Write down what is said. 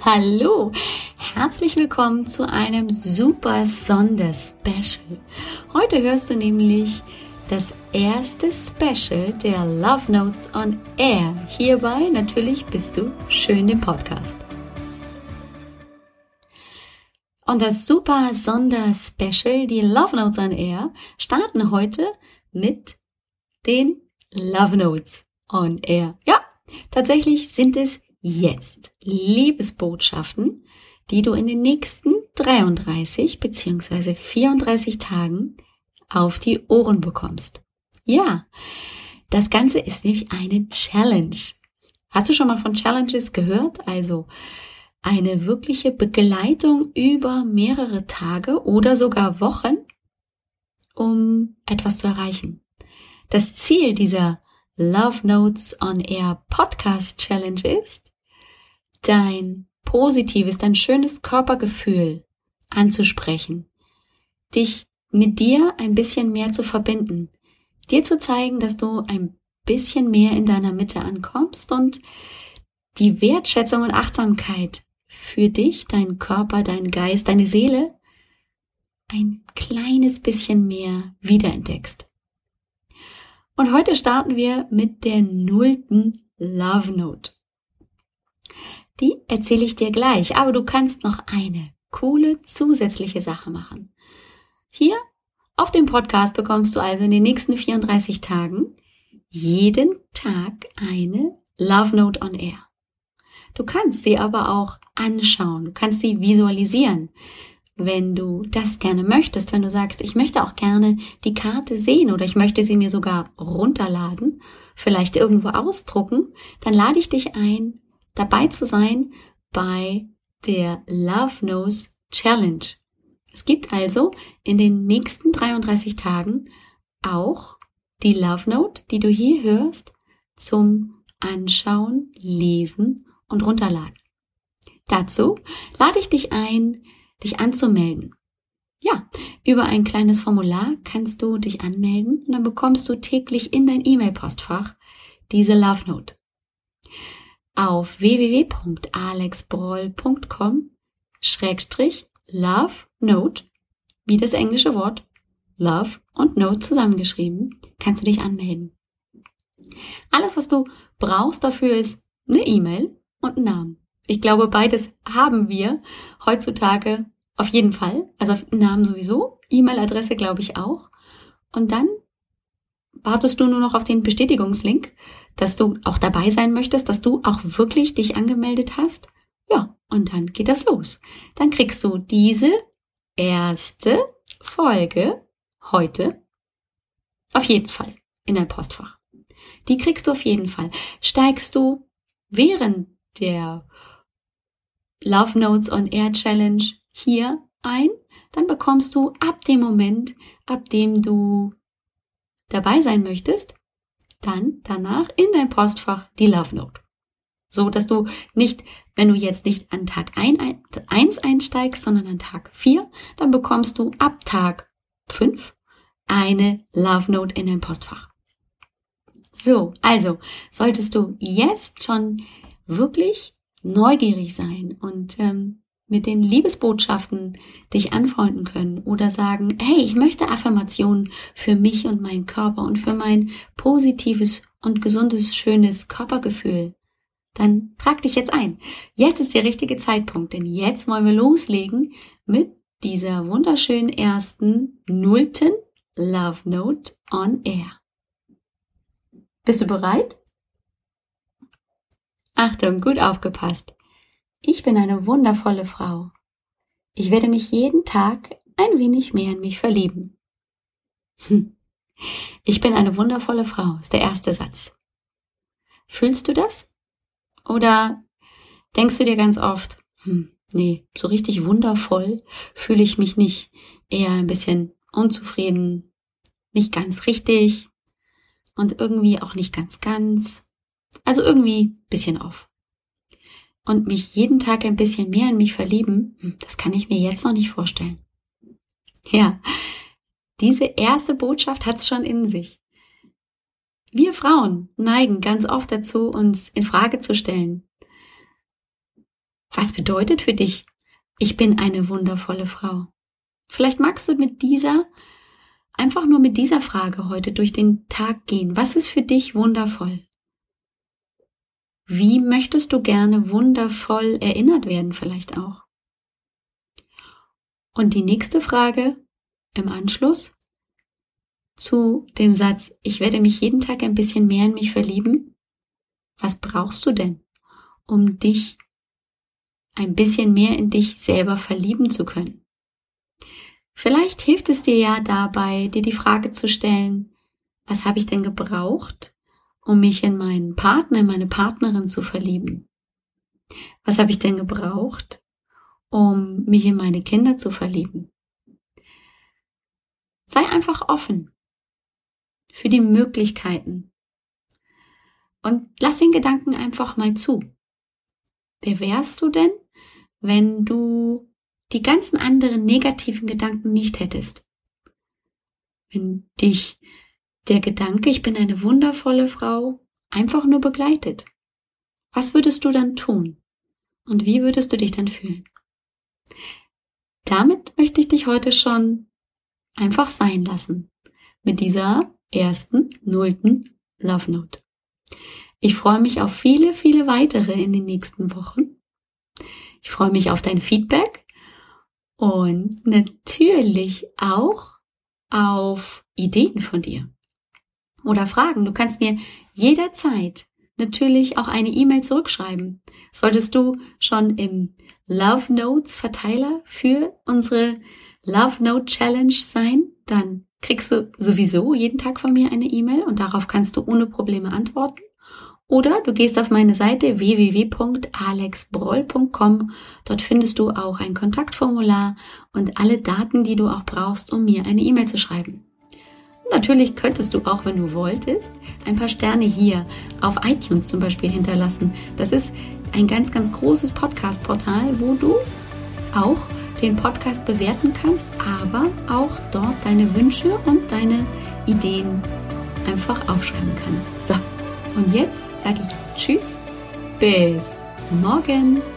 Hallo, herzlich willkommen zu einem super Sonderspecial. Heute hörst du nämlich das erste Special der Love Notes on Air. Hierbei natürlich bist du schön im Podcast. Und das super Sonderspecial, die Love Notes on Air, starten heute mit den Love Notes on Air. Ja, tatsächlich sind es jetzt Liebesbotschaften, die du in den nächsten 33 bzw. 34 Tagen auf die Ohren bekommst. Ja, das Ganze ist nämlich eine Challenge. Hast du schon mal von Challenges gehört? Also eine wirkliche Begleitung über mehrere Tage oder sogar Wochen, um etwas zu erreichen. Das Ziel dieser Love Notes on Air Podcast Challenge ist, dein positives, dein schönes Körpergefühl anzusprechen, dich mit dir ein bisschen mehr zu verbinden, dir zu zeigen, dass du ein bisschen mehr in deiner Mitte ankommst und die Wertschätzung und Achtsamkeit für dich, deinen Körper, deinen Geist, deine Seele ein kleines bisschen mehr wiederentdeckst. Und heute starten wir mit der 0. Love Note. Die erzähle ich dir gleich, aber du kannst noch eine coole zusätzliche Sache machen. Hier auf dem Podcast bekommst du also in den nächsten 34 Tagen jeden Tag eine Love Note on Air. Du kannst sie aber auch anschauen, du kannst sie visualisieren, wenn du das gerne möchtest, wenn du sagst, ich möchte auch gerne die Karte sehen oder ich möchte sie mir sogar runterladen, vielleicht irgendwo ausdrucken, dann lade ich dich ein, dabei zu sein bei der Love Notes Challenge. Es gibt also in den nächsten 33 Tagen auch die Love Note, die du hier hörst, zum Anschauen, Lesen und Runterladen. Dazu lade ich dich ein, dich anzumelden. Ja, über ein kleines Formular kannst du dich anmelden und dann bekommst du täglich in dein E-Mail-Postfach diese Love Note. Auf www.alexbroll.com/Love Note, wie das englische Wort Love und Note zusammengeschrieben, kannst du dich anmelden. Alles, was du brauchst dafür, ist eine E-Mail und einen Namen. Ich glaube, beides haben wir heutzutage auf jeden Fall. Also Namen sowieso, E-Mail-Adresse glaube ich auch. Und dann wartest du nur noch auf den Bestätigungslink, dass du auch dabei sein möchtest, dass du auch wirklich dich angemeldet hast. Ja, und dann geht das los. Dann kriegst du diese erste Folge heute auf jeden Fall in dein Postfach. Die kriegst du auf jeden Fall. Steigst du während der Love Notes on Air Challenge hier ein, dann bekommst du ab dem Moment, ab dem du dabei sein möchtest, dann danach in dein Postfach die Love Note. So, dass du nicht, wenn du jetzt nicht an Tag 1 einsteigst, sondern an Tag 4, dann bekommst du ab Tag 5 eine Love Note in dein Postfach. So, also solltest du jetzt schon wirklich neugierig sein und mit den Liebesbotschaften dich anfreunden können oder sagen, hey, ich möchte Affirmationen für mich und meinen Körper und für mein positives und gesundes, schönes Körpergefühl, dann trag dich jetzt ein. Jetzt ist der richtige Zeitpunkt, denn jetzt wollen wir loslegen mit dieser wunderschönen ersten 0. Love Note on Air. Bist du bereit? Achtung, gut aufgepasst. Ich bin eine wundervolle Frau. Ich werde mich jeden Tag ein wenig mehr in mich verlieben. Ich bin eine wundervolle Frau, ist der erste Satz. Fühlst du das? Oder denkst du dir ganz oft, nee, so richtig wundervoll fühle ich mich nicht. Eher ein bisschen unzufrieden, nicht ganz richtig und irgendwie auch nicht ganz. Also irgendwie ein bisschen off. Und mich jeden Tag ein bisschen mehr in mich verlieben, das kann ich mir jetzt noch nicht vorstellen. Ja, diese erste Botschaft hat's schon in sich. Wir Frauen neigen ganz oft dazu, uns in Frage zu stellen. Was bedeutet für dich, ich bin eine wundervolle Frau? Vielleicht magst du einfach nur mit dieser Frage heute durch den Tag gehen. Was ist für dich wundervoll? Wie möchtest du gerne wundervoll erinnert werden vielleicht auch? Und die nächste Frage im Anschluss zu dem Satz, ich werde mich jeden Tag ein bisschen mehr in mich verlieben. Was brauchst du denn, um dich ein bisschen mehr in dich selber verlieben zu können? Vielleicht hilft es dir ja dabei, dir die Frage zu stellen, was habe ich denn gebraucht, um mich in meinen Partner, in meine Partnerin zu verlieben? Was habe ich denn gebraucht, um mich in meine Kinder zu verlieben? Sei einfach offen für die Möglichkeiten und lass den Gedanken einfach mal zu. Wer wärst du denn, wenn du die ganzen anderen negativen Gedanken nicht hättest? Wenn dich der Gedanke, ich bin eine wundervolle Frau, einfach nur begleitet. Was würdest du dann tun? Und wie würdest du dich dann fühlen? Damit möchte ich dich heute schon einfach sein lassen. Mit dieser ersten, 0. Love Note. Ich freue mich auf viele, viele weitere in den nächsten Wochen. Ich freue mich auf dein Feedback und natürlich auch auf Ideen von dir oder Fragen. Du kannst mir jederzeit natürlich auch eine E-Mail zurückschreiben. Solltest du schon im Love Notes Verteiler für unsere Love Note Challenge sein, dann kriegst du sowieso jeden Tag von mir eine E-Mail und darauf kannst du ohne Probleme antworten. Oder du gehst auf meine Seite www.alexbroll.com. Dort findest du auch ein Kontaktformular und alle Daten, die du auch brauchst, um mir eine E-Mail zu schreiben. Und natürlich könntest du auch, wenn du wolltest, ein paar Sterne hier auf iTunes zum Beispiel hinterlassen. Das ist ein ganz, ganz großes Podcast-Portal, wo du auch den Podcast bewerten kannst, aber auch dort deine Wünsche und deine Ideen einfach aufschreiben kannst. So, und jetzt sage ich Tschüss, bis morgen.